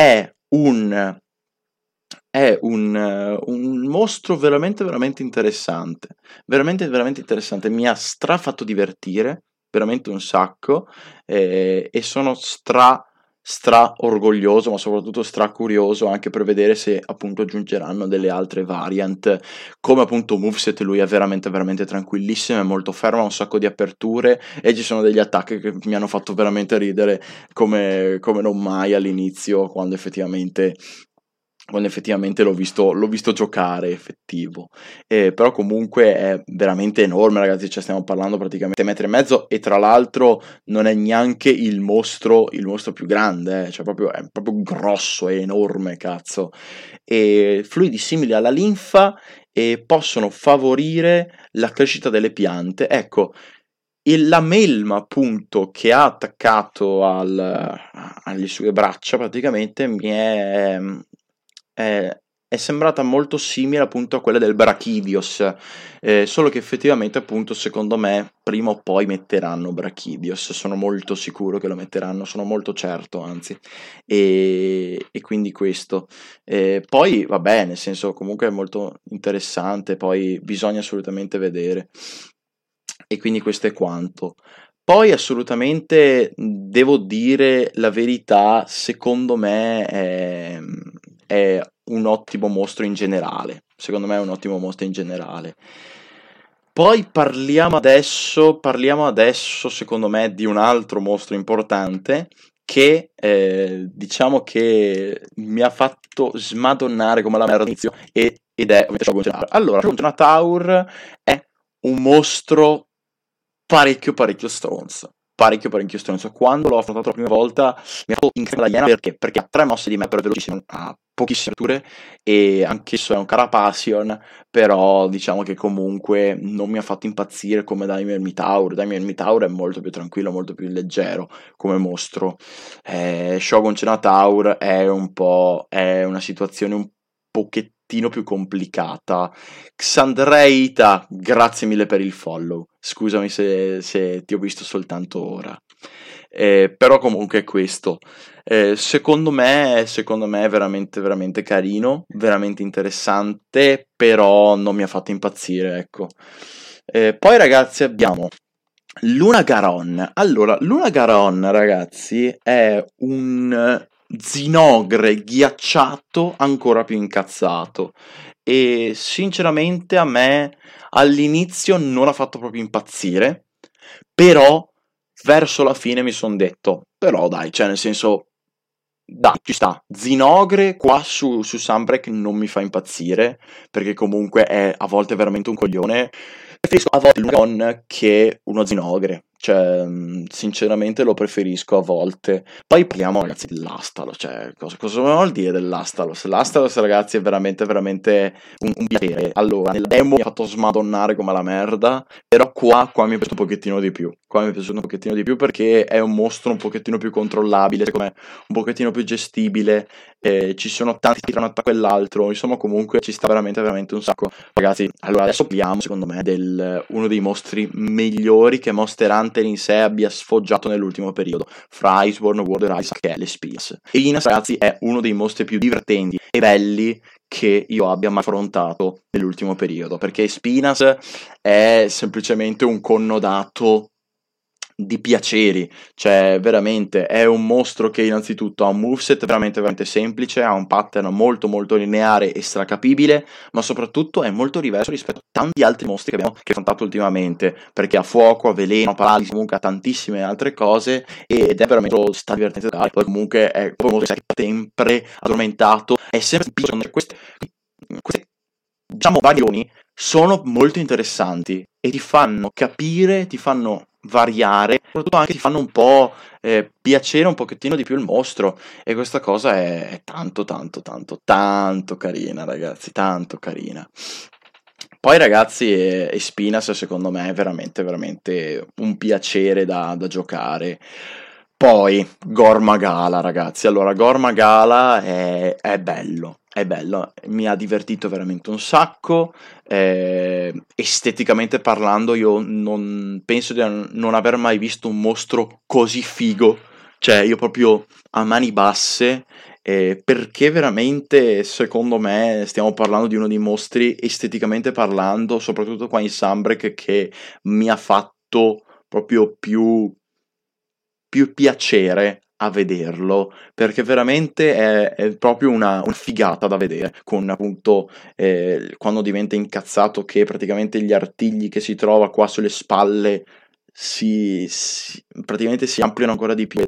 È un mostro veramente, veramente interessante. Veramente, veramente interessante. Mi ha strafatto divertire, veramente un sacco, e sono stra orgoglioso, ma soprattutto stra curioso anche per vedere se appunto aggiungeranno delle altre variant. Come appunto moveset lui è veramente, veramente tranquillissimo, è molto fermo, ha un sacco di aperture e ci sono degli attacchi che mi hanno fatto veramente ridere come non mai all'inizio, quando effettivamente l'ho visto giocare effettivo. Però comunque è veramente enorme, ragazzi, cioè stiamo parlando praticamente 1,5 metri, e tra l'altro non è neanche il mostro più grande, cioè è proprio grosso, è enorme, cazzo. E fluidi simili alla linfa e possono favorire la crescita delle piante. Ecco, la melma appunto che ha attaccato alle sue braccia praticamente è è sembrata molto simile appunto a quella del Brachydios, solo che effettivamente appunto secondo me prima o poi metteranno Brachydios, sono molto sicuro che lo metteranno, sono molto certo anzi, e quindi questo. Poi vabbè, nel senso comunque è molto interessante, poi bisogna assolutamente vedere, e quindi questo è quanto. Poi assolutamente devo dire la verità, secondo me è un ottimo mostro in generale. Secondo me è un ottimo mostro in generale. Poi parliamo adesso, secondo me, di un altro mostro importante che diciamo che mi ha fatto smadonnare come la merda all'inizio ed è ovviamente Shogun Genataur. Allora, Shogun Genataur è un mostro parecchio stronzo. Parecchio stronzo. Quando l'ho affrontato la prima volta mi ha fatto incredibile la iena perché ha 3 mosse di mapper velocissime, ha pochissime aperture e anch'esso è un Carapasion, però diciamo che comunque non mi ha fatto impazzire come Daimyo Mitaur. Daimyo Mitaur è molto più tranquillo, molto più leggero come mostro. Shogun Cenataur è una situazione un pochettino più complicata. Xandreita, grazie mille per il follow. Scusami se ti ho visto soltanto ora. Però comunque è questo. Secondo me è veramente carino, veramente interessante, però non mi ha fatto impazzire, ecco. Poi ragazzi abbiamo Luna Garon. Allora, Luna Garon, ragazzi, è un Zinogre ghiacciato ancora più incazzato. E sinceramente a me all'inizio non ha fatto proprio impazzire, però verso la fine mi sono detto, però dai, cioè nel senso, dai, ci sta. Zinogre qua su Sunbreak non mi fa impazzire, perché comunque è a volte veramente un coglione. Preferisco a volte Lugon che uno Zinogre, cioè sinceramente lo preferisco a volte. Poi parliamo ragazzi dell'Astalos, cioè cosa vuol dire dell'Astalos? L'Astalos ragazzi è veramente un piacere. Allora, nella demo mi ha fatto smadonnare come la merda, però qua mi è piaciuto un pochettino di più. Qua mi è piaciuto un pochettino di più perché è un mostro un pochettino più controllabile, secondo me un pochettino più gestibile, ci sono tanti tra un attacco e l'altro, insomma comunque ci sta veramente un sacco. Ragazzi, allora adesso parliamo secondo me uno dei mostri migliori che Monster Hunter in sé abbia sfoggiato nell'ultimo periodo, fra Iceborne, World Rise, che è le Spinas. Eginas ragazzi è uno dei mostri più divertenti e belli che io abbia mai affrontato nell'ultimo periodo, perché Spinas è semplicemente un connodato di piaceri, cioè veramente è un mostro che innanzitutto ha un moveset veramente semplice, ha un pattern molto lineare e stracapibile, ma soprattutto è molto diverso rispetto a tanti altri mostri che abbiamo affrontato ultimamente, perché ha fuoco, ha veleno, ha paralisi, comunque ha tantissime altre cose ed è veramente sta divertente da fare. Poi comunque è come sempre addormentato, è sempre piccolo. Queste diciamo varioni sono molto interessanti e ti fanno capire, ti fanno variare, soprattutto anche ti fanno un po' piacere un pochettino di più il mostro, e questa cosa è tanto carina ragazzi, tanto carina. Poi ragazzi Espinas secondo me è veramente un piacere da giocare. Poi Gormagala ragazzi, allora Gormagala è bello, mi ha divertito veramente un sacco, esteticamente parlando io non penso di non aver mai visto un mostro così figo, cioè io proprio a mani basse, perché veramente secondo me stiamo parlando di uno dei mostri esteticamente parlando, soprattutto qua in Sunbreak, che mi ha fatto proprio più piacere a vederlo, perché veramente è proprio una figata da vedere, con appunto quando diventa incazzato che praticamente gli artigli che si trova qua sulle spalle praticamente si ampliano ancora di più,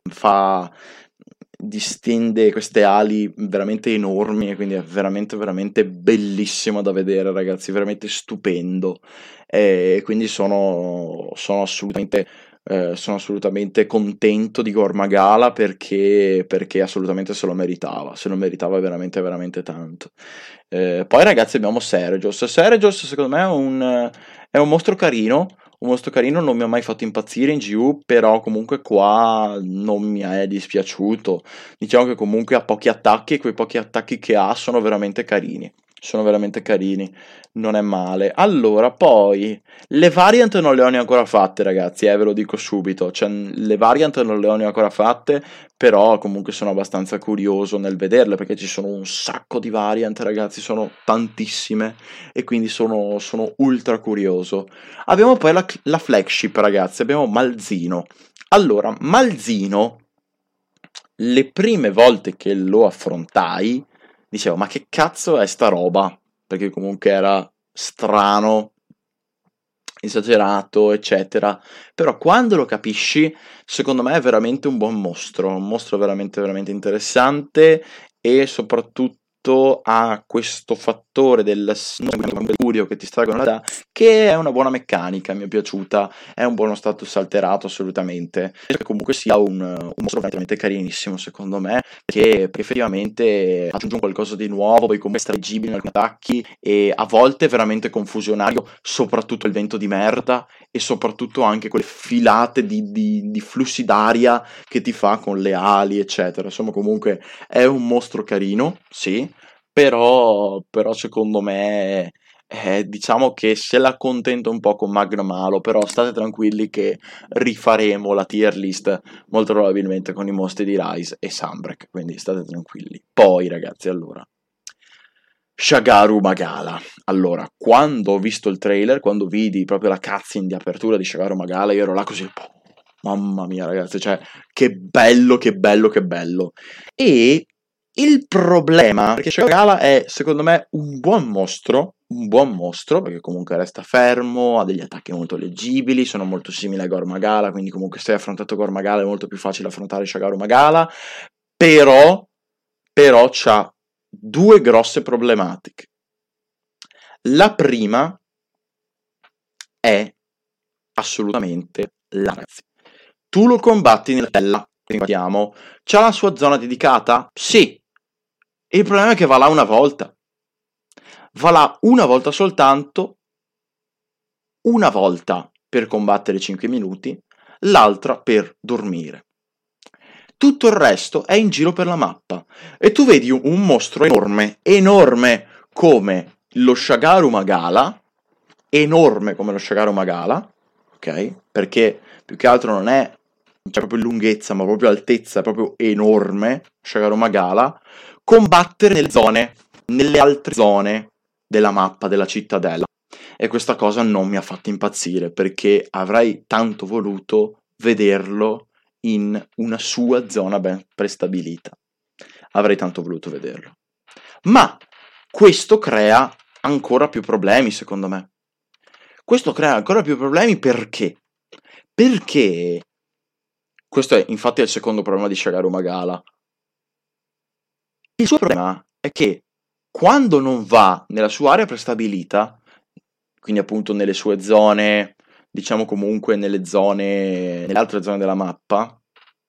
distende queste ali veramente enormi, e quindi è veramente bellissimo da vedere ragazzi, veramente stupendo, e quindi sono assolutamente contento di Gormagala perché assolutamente se lo meritava veramente tanto. Poi ragazzi abbiamo Seregios secondo me è un mostro carino, un mostro carino, non mi ha mai fatto impazzire in GU, però comunque qua non mi è dispiaciuto. Diciamo che comunque ha pochi attacchi e quei pochi attacchi che ha sono veramente carini. Sono veramente carini, non è male. Allora, poi le variant non le ho neanche ancora fatte, ragazzi, ve lo dico subito. Cioè, le variant non le ho neanche ancora fatte, però comunque sono abbastanza curioso nel vederle, perché ci sono un sacco di variant, ragazzi, sono tantissime, e quindi sono ultra curioso. Abbiamo poi la flagship, ragazzi, abbiamo Malzino. Allora, Malzino, le prime volte che lo affrontai, dicevo, ma che cazzo è sta roba? Perché comunque era strano, esagerato, eccetera. Però quando lo capisci, secondo me è veramente un buon mostro, un mostro veramente, veramente interessante, e soprattutto ha questo fattore del curio che ti straggono la da, che è una buona meccanica, mi è piaciuta, è un buono status alterato assolutamente, e comunque sia un mostro veramente carinissimo secondo me, perché effettivamente aggiunge un qualcosa di nuovo, poi comunque è strateggibile in alcuni attacchi, e a volte è veramente confusionario, soprattutto il vento di merda, e soprattutto anche quelle filate di flussi d'aria che ti fa con le ali, eccetera. Insomma, comunque è un mostro carino, sì, però secondo me diciamo che se la contento un po' con Magnum Halo, però state tranquilli che rifaremo la tier list molto probabilmente con i mostri di Rise e Sunbreak, quindi state tranquilli. Poi, ragazzi, allora, Shagaru Magala. Allora, quando ho visto il trailer, quando vidi proprio la cutscene di apertura di Shagaru Magala, io ero là così, mamma mia, ragazzi, cioè, che bello, che bello, che bello. E il problema, perché Shagaru Magala è, secondo me, un buon mostro, perché comunque resta fermo, ha degli attacchi molto leggibili, sono molto simili a Gore Magala, quindi comunque se hai affrontato Gore Magala è molto più facile affrontare Shagaru Magala, però c'ha due grosse problematiche. La prima è assolutamente la ragazzi. Tu lo combatti nella tella, ripetiamo, c'ha la sua zona dedicata? Sì. Il problema è che va là una volta. Va là una volta soltanto, una volta per combattere 5 minuti, l'altra per dormire. Tutto il resto è in giro per la mappa, e tu vedi un mostro enorme, enorme come lo Shagaru Magala, ok? Perché più che altro non è proprio lunghezza, ma proprio altezza, è proprio enorme, Shagaru Magala, combattere nelle altre zone della mappa della cittadella. E questa cosa non mi ha fatto impazzire, perché avrei tanto voluto vederlo in una sua zona ben prestabilita. Avrei tanto voluto vederlo. Ma questo crea ancora più problemi, secondo me. Questo crea ancora più problemi perché? Perché questo è infatti il secondo problema di Shagaru Magala. Il suo problema è che quando non va nella sua area prestabilita, quindi appunto nelle sue zone, diciamo comunque nelle altre zone della mappa,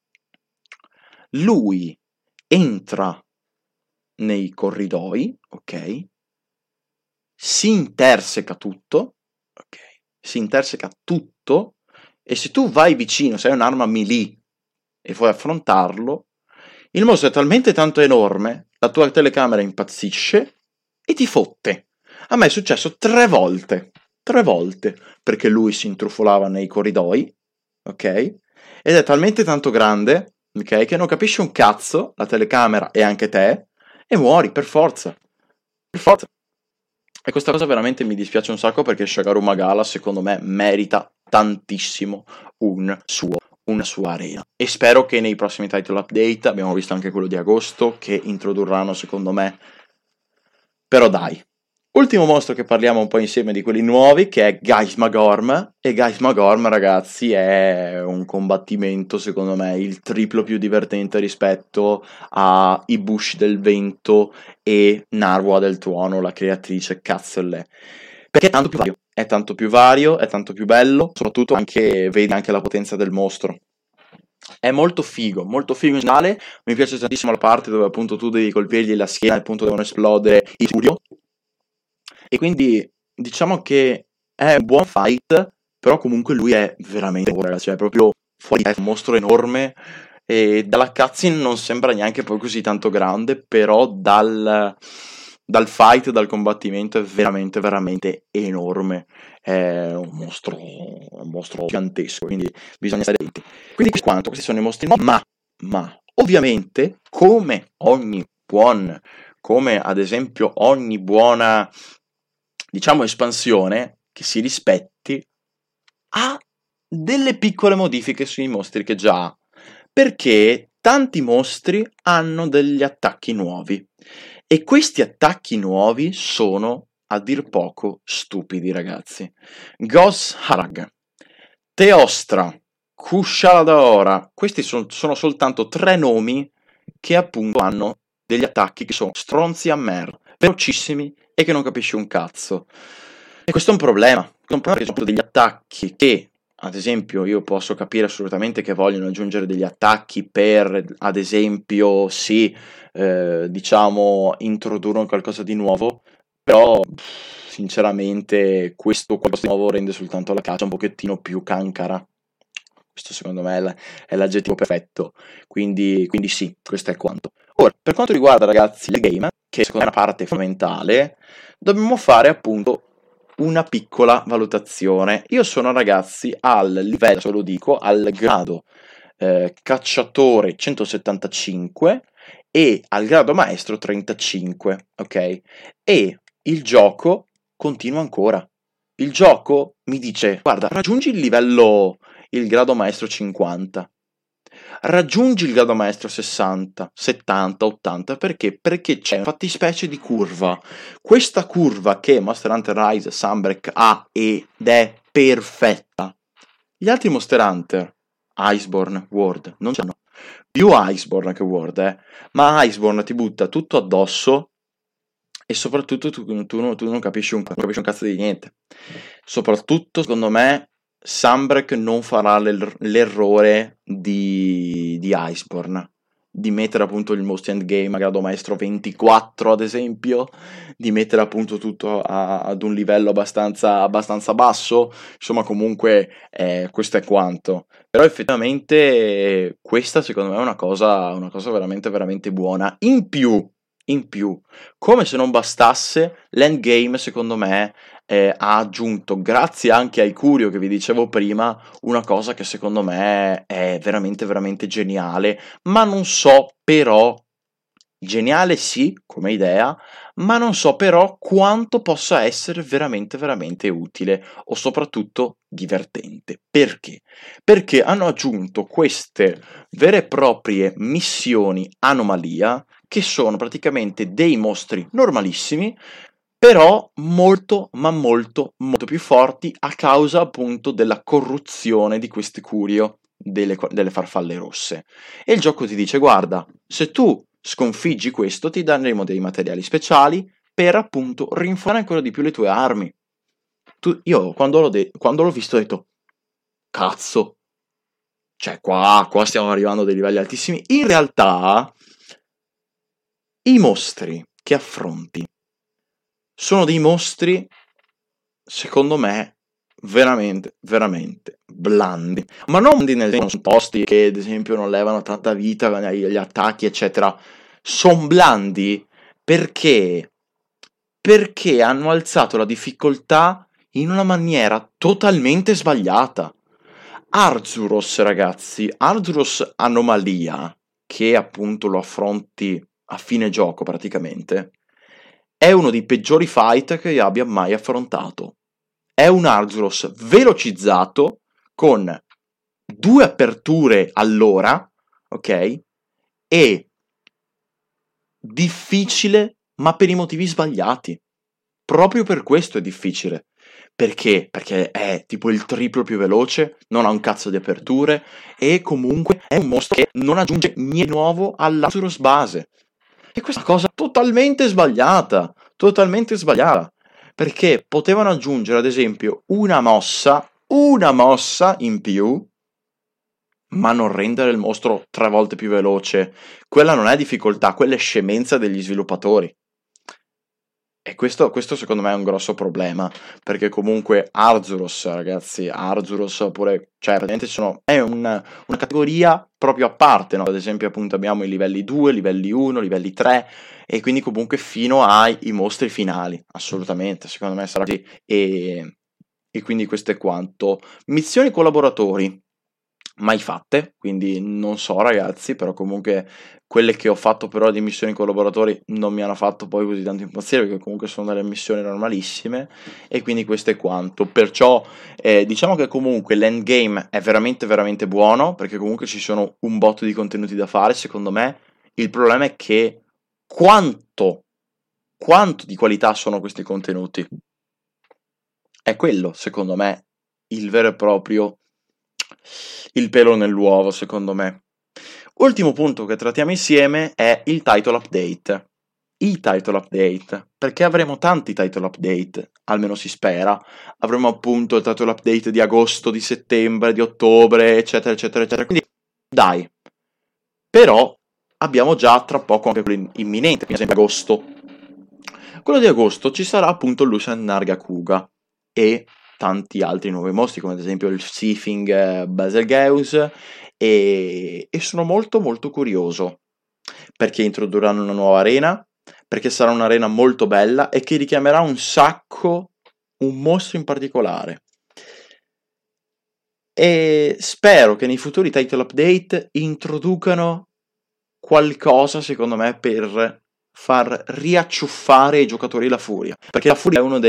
lui entra nei corridoi, ok? Si interseca tutto, ok? Si interseca tutto, e se tu vai vicino, se hai un'arma melee e vuoi affrontarlo, il mostro è talmente tanto enorme, la tua telecamera impazzisce e ti fotte. A me è successo 3 volte, perché lui si intrufolava nei corridoi, ok? Ed è talmente tanto grande, ok, che non capisce un cazzo, la telecamera e anche te, e muori, per forza. Per forza. E questa cosa veramente mi dispiace un sacco, perché Shagaru Magala, secondo me, merita tantissimo una sua arena. E spero che nei prossimi title update, abbiamo visto anche quello di agosto, che introdurranno, secondo me. Però dai. Ultimo mostro che parliamo un po' insieme di quelli nuovi, che è Geismagorm. E Geismagorm, ragazzi, è un combattimento, secondo me, il triplo più divertente rispetto ai Bush del Vento e Narwa del Tuono, la creatrice Cazzelle. Perché è tanto più vario, è tanto più vario, è tanto più bello, soprattutto anche vedi anche la potenza del mostro. È molto figo in generale. Mi piace tantissimo la parte dove appunto tu devi colpirgli la schiena e appunto devono esplodere il studio. E quindi diciamo che è un buon fight, Però comunque lui è veramente, ragazzi, è proprio fuori di testa, un mostro enorme, e dalla cutscene non sembra neanche poi così tanto grande, però dal fight, dal combattimento è veramente, veramente enorme. È un mostro gigantesco, quindi bisogna stare attenti. Quindi questi sono i mostri nuovi, ma ovviamente, come ad esempio ogni buona, diciamo, espansione che si rispetti, ha delle piccole modifiche sui mostri che già ha, perché tanti mostri hanno degli attacchi nuovi e questi attacchi nuovi sono a dir poco stupidi, ragazzi. Gos Harag, Teostra, Kushaladora, questi sono soltanto 3 nomi che appunto hanno degli attacchi che sono stronzi a merda, velocissimi e che non capisci un cazzo. E questo è un problema perché sono degli attacchi che, ad esempio, io posso capire assolutamente che vogliono aggiungere degli attacchi per, ad esempio, sì, diciamo, introdurre qualcosa di nuovo, però sinceramente questo qualcosa di nuovo rende soltanto la caccia un pochettino più cancara. Questo secondo me è l'aggettivo perfetto, quindi sì, questo è quanto. Ora, per quanto riguarda, ragazzi, il game, che secondo me è una parte fondamentale, dobbiamo fare appunto una piccola valutazione. Io sono, ragazzi, al livello, se lo dico, al grado cacciatore 175 e al grado maestro 35, ok? E il gioco continua ancora. Il gioco mi dice, guarda, raggiungi il grado maestro 50. Raggiungi il grado maestro 60, 70, 80, perché? Perché c'è una fattispecie di curva. Questa curva che Monster Hunter Rise Sunbreak ha ed è perfetta. Gli altri Monster Hunter, Iceborne, World, non c'hanno più Iceborne che World, ma Iceborne ti butta tutto addosso e soprattutto tu non capisci un cazzo di niente. Soprattutto, secondo me, Sunbreak non farà l'errore di Iceborne, di mettere appunto il most endgame a grado maestro 24, ad esempio, di mettere appunto tutto ad un livello abbastanza basso. Insomma, comunque, questo è quanto. Però effettivamente questa secondo me è una cosa veramente, veramente buona. In più, come se non bastasse, l'endgame secondo me ha aggiunto, grazie anche ai Curio che vi dicevo prima, una cosa che secondo me è veramente, veramente geniale, ma non so però, geniale sì, come idea, ma non so però quanto possa essere veramente, veramente utile o soprattutto divertente. Perché? Perché hanno aggiunto queste vere e proprie missioni anomalia, che sono praticamente dei mostri normalissimi, però molto, ma molto, molto più forti a causa appunto della corruzione di questi Curio, delle farfalle rosse. E il gioco ti dice, guarda, se tu sconfiggi questo ti daremo dei materiali speciali per appunto rinforzare ancora di più le tue armi. Io quando l'ho visto ho detto, cazzo, cioè qua stiamo arrivando a dei livelli altissimi. In realtà i mostri che affronti sono dei mostri, secondo me, veramente, veramente blandi. Ma non blandi nel senso, sono posti che ad esempio non levano tanta vita agli attacchi, eccetera. Sono blandi perché hanno alzato la difficoltà in una maniera totalmente sbagliata. Arzuros, ragazzi, Arzuros Anomalia, che appunto lo affronti a fine gioco praticamente, è uno dei peggiori fight che io abbia mai affrontato. È un Arzuros velocizzato con 2 aperture all'ora, ok? E difficile, ma per i motivi sbagliati. Proprio per questo è difficile. Perché? Perché è tipo il triplo più veloce, non ha un cazzo di aperture e comunque è un mostro che non aggiunge niente nuovo all'Arzuros base. E questa cosa totalmente sbagliata, perché potevano aggiungere ad esempio una mossa in più, ma non rendere il mostro 3 volte più veloce. Quella non è difficoltà, quella è scemenza degli sviluppatori. E questo secondo me è un grosso problema, perché comunque Arzuros, ragazzi, Arzuros oppure, cioè praticamente è una categoria proprio a parte, no? Ad esempio appunto abbiamo i livelli 2, livelli 1, livelli 3 e quindi comunque fino ai mostri finali, assolutamente, secondo me sarà così. E quindi questo è quanto. Missioni collaboratori, mai fatte, quindi non so ragazzi, però comunque quelle che ho fatto per ora di missioni collaboratori non mi hanno fatto poi così tanto impazzire, perché comunque sono delle missioni normalissime, e quindi questo è quanto. Perciò diciamo che comunque l'endgame è veramente veramente buono, perché comunque ci sono un botto di contenuti da fare, secondo me. Il problema è che quanto di qualità sono questi contenuti? È quello, secondo me, il vero e proprio il pelo nell'uovo, secondo me. Ultimo punto che trattiamo insieme è il title update. I title update, perché avremo tanti title update, almeno si spera. Avremo appunto il title update di agosto, di settembre, di ottobre, eccetera, eccetera, eccetera. Quindi, dai. Però abbiamo già tra poco anche quello imminente, per esempio agosto. Quello di agosto ci sarà appunto Lucian Nargacuga e tanti altri nuovi mostri, come ad esempio il Seething Baselgeuse, e sono molto molto curioso, perché introdurranno una nuova arena, perché sarà un'arena molto bella e che richiamerà un sacco un mostro in particolare. E spero che nei futuri title update introducano qualcosa, secondo me, per far riacciuffare ai giocatori la furia, perché la furia è una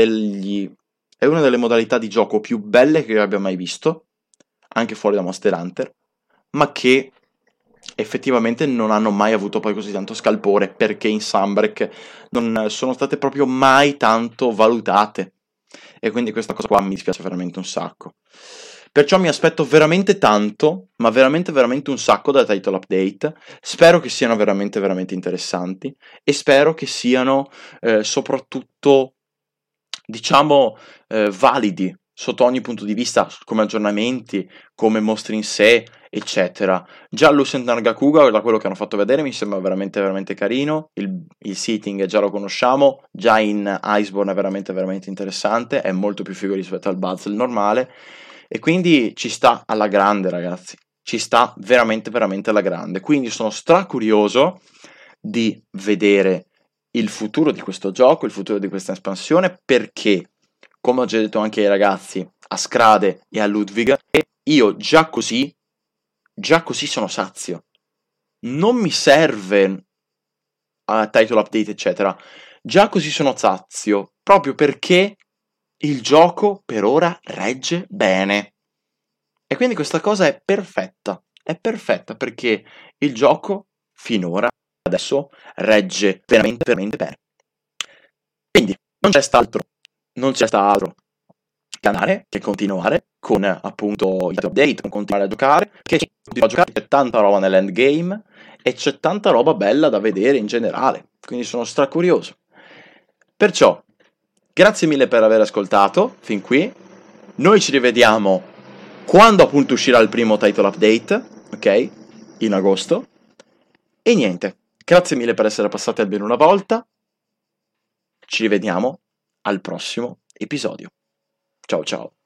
delle modalità di gioco più belle che io abbia mai visto, anche fuori da Monster Hunter, ma che effettivamente non hanno mai avuto poi così tanto scalpore, perché in Sunbreak non sono state proprio mai tanto valutate, e quindi questa cosa qua mi dispiace veramente un sacco. Perciò mi aspetto veramente tanto, ma veramente veramente un sacco da title update. Spero che siano veramente veramente interessanti e spero che siano soprattutto, diciamo, validi sotto ogni punto di vista, come aggiornamenti, come mostri in sé, eccetera. Già Lucent Nargacuga, da quello che hanno fatto vedere, mi sembra veramente veramente carino. Il seating già lo conosciamo, già in Iceborne è veramente veramente interessante, è molto più figo rispetto al Buzzle normale, e quindi ci sta alla grande, ragazzi. Ci sta veramente veramente alla grande. Quindi sono stracurioso di vedere il futuro di questo gioco, il futuro di questa espansione, perché, come ho già detto anche ai ragazzi, a Scrade e a Ludwig, io già così sono sazio. Non mi serve a title update, eccetera. Già così sono sazio, proprio perché il gioco per ora regge bene. E quindi questa cosa è perfetta perché il gioco finora, adesso, regge veramente veramente bene. Quindi non c'è altro che andare, che continuare con appunto i update, con continuare a giocare, perché c'è tanta roba nell'endgame e c'è tanta roba bella da vedere in generale, quindi sono stracurioso. Perciò, grazie mille per aver ascoltato fin qui, noi ci rivediamo quando appunto uscirà il primo title update, ok? In agosto. E niente, grazie mille per essere passati almeno una volta, ci rivediamo al prossimo episodio. Ciao ciao.